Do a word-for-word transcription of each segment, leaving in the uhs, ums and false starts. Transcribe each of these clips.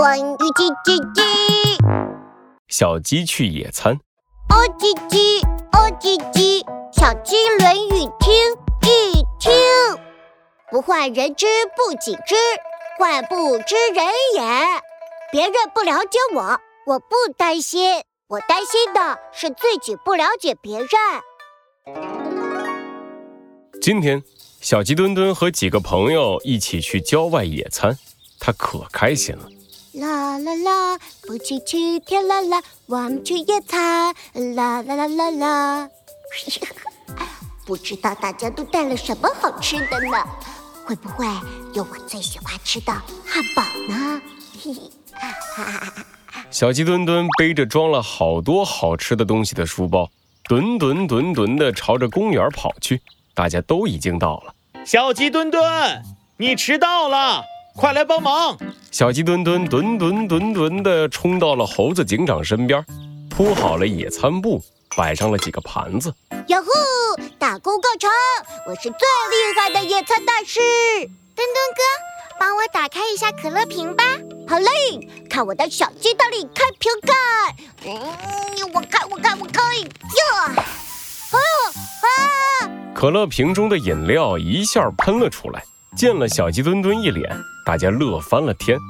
关于叽叽叽， 小鸡去野餐。 哦叽叽，哦叽叽，小鸡论语听一听。不患人之不己知，患不知人也。别人不了解我，我不担心，我担心的是自己不了解别人。 今天，小鸡墩墩和几个朋友一起去郊外野餐，他可开心了。 啦啦啦，不去去天啦啦，我们去野餐，啦啦啦啦啦。不知道大家都带了什么好吃的呢？会不会有我最喜欢吃的汉堡呢？ 小鸡墩墩背着装了好多好吃的东西的书包，墩墩墩墩地朝着公园跑去。大家都已经到了。 小鸡墩墩，你迟到了，快来帮忙！ 小鸡墩墩墩墩墩墩地冲到了猴子警长身边，铺好了野餐布，摆上了几个盘子。 呀呼！大功告成，我是最厉害的野餐大师。 墩墩哥，帮我打开一下可乐瓶吧。 好嘞，看我的小鸡大力开瓶盖。嗯，我开，我开，我开呀！哎呦啊！ 可乐瓶中的饮料一下喷了出来，溅了小鸡墩墩一脸，大家乐翻了天。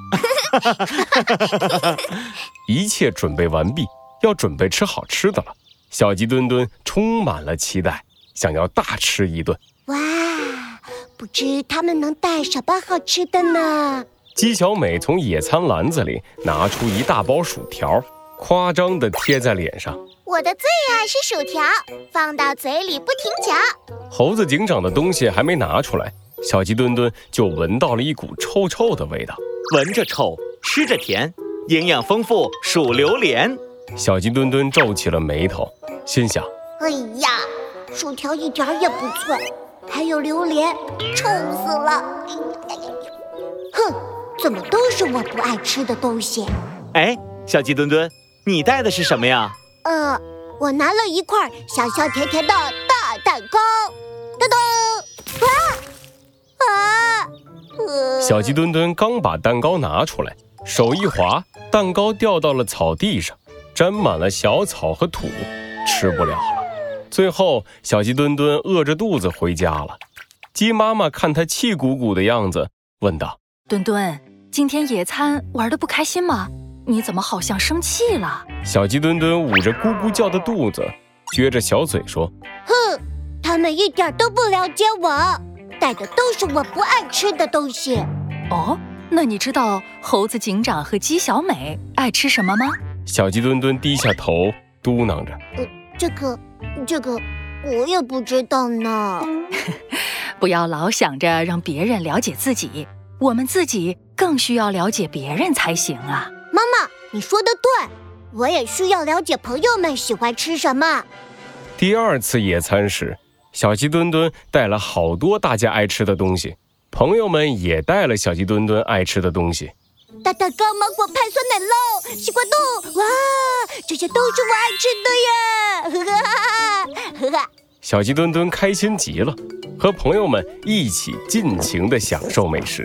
一切准备完毕，要准备吃好吃的了。小鸡墩墩充满了期待，想要大吃一顿。 哇，不知他们能带什么好吃的呢？ 鸡小美从野餐篮子里拿出一大包薯条，夸张地贴在脸上。 我的最爱是薯条，放到嘴里不停嚼。 猴子警长的东西还没拿出来，小鸡墩墩就闻到了一股臭臭的味道。 闻着臭，吃着甜，营养丰富，属榴莲。 小鸡墩墩皱起了眉头，心想： 哎呀，薯条一点也不脆，还有榴莲，臭死了！哼，怎么都是我不爱吃的东西？ 哎，小鸡墩墩，你带的是什么呀？ 呃，我拿了一块香香甜甜的大蛋糕。噔噔！啊啊！呃、 小鸡墩墩刚把蛋糕拿出来，手一滑，蛋糕掉到了草地上，沾满了小草和土，吃不了了。最后，小鸡墩墩饿着肚子回家了。鸡妈妈看他气鼓鼓的样子，问道： 墩墩，今天野餐玩得不开心吗？你怎么好像生气了？ 小鸡墩墩捂着咕咕叫的肚子，撅着小嘴说： 哼，他们一点都不了解我，带的都是我不爱吃的东西。 哦，那你知道猴子警长和鸡小美爱吃什么吗？ 小鸡墩墩低下头嘟囔着： 呃，这个这个我也不知道呢。 不要老想着让别人了解自己，我们自己更需要了解别人才行啊。 妈妈，你说的对，我也需要了解朋友们喜欢吃什么。 第二次野餐时，小鸡墩墩带了好多大家爱吃的东西，朋友们也带了小鸡墩墩爱吃的东西。 大蛋糕、芒果派、酸奶酪、西瓜冻，哇，这些都是我爱吃的耶！呵呵。 小鸡墩墩开心极了，和朋友们一起尽情地享受美食。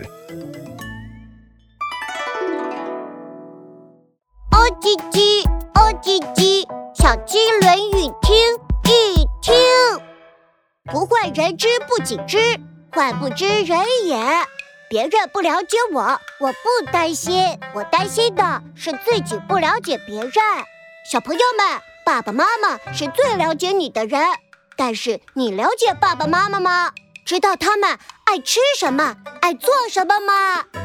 哦叽叽，哦叽叽，小鸡论语听一听。不患人之不己知，患不知人也。别人不了解我，我不担心，我担心的是自己不了解别人。小朋友们，爸爸妈妈是最了解你的人，但是你了解爸爸妈妈吗？知道他们爱吃什么，爱做什么吗？